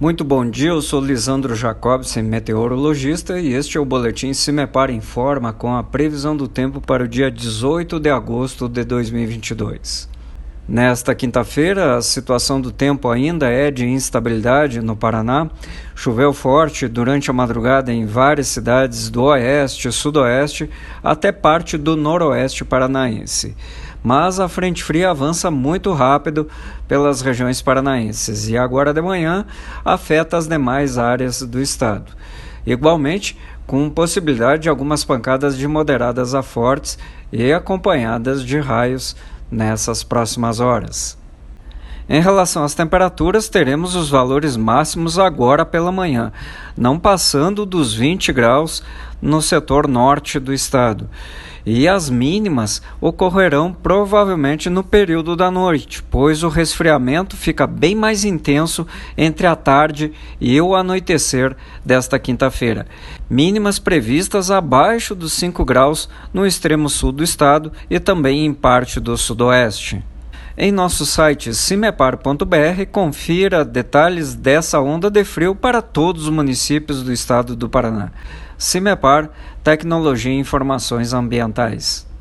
Muito bom dia, eu sou Lisandro Jacobsen, meteorologista, e este é o boletim Cimepar Informa com a previsão do tempo para o dia 18 de agosto de 2022. Nesta quinta-feira, a situação do tempo ainda é de instabilidade no Paraná. Choveu forte durante a madrugada em várias cidades do oeste, sudoeste, até parte do noroeste paranaense. Mas a frente fria avança muito rápido pelas regiões paranaenses e agora de manhã afeta as demais áreas do estado. Igualmente, com possibilidade de algumas pancadas de moderadas a fortes e acompanhadas de raios nessas próximas horas. Em relação às temperaturas, teremos os valores máximos agora pela manhã, não passando dos 20 graus no setor norte do estado. E as mínimas ocorrerão provavelmente no período da noite, pois o resfriamento fica bem mais intenso entre a tarde e o anoitecer desta quinta-feira. Mínimas previstas abaixo dos 5 graus no extremo sul do estado e também em parte do sudoeste. Em nosso site cimepar.br, confira detalhes dessa onda de frio para todos os municípios do estado do Paraná. Cimepar, Tecnologia e Informações Ambientais.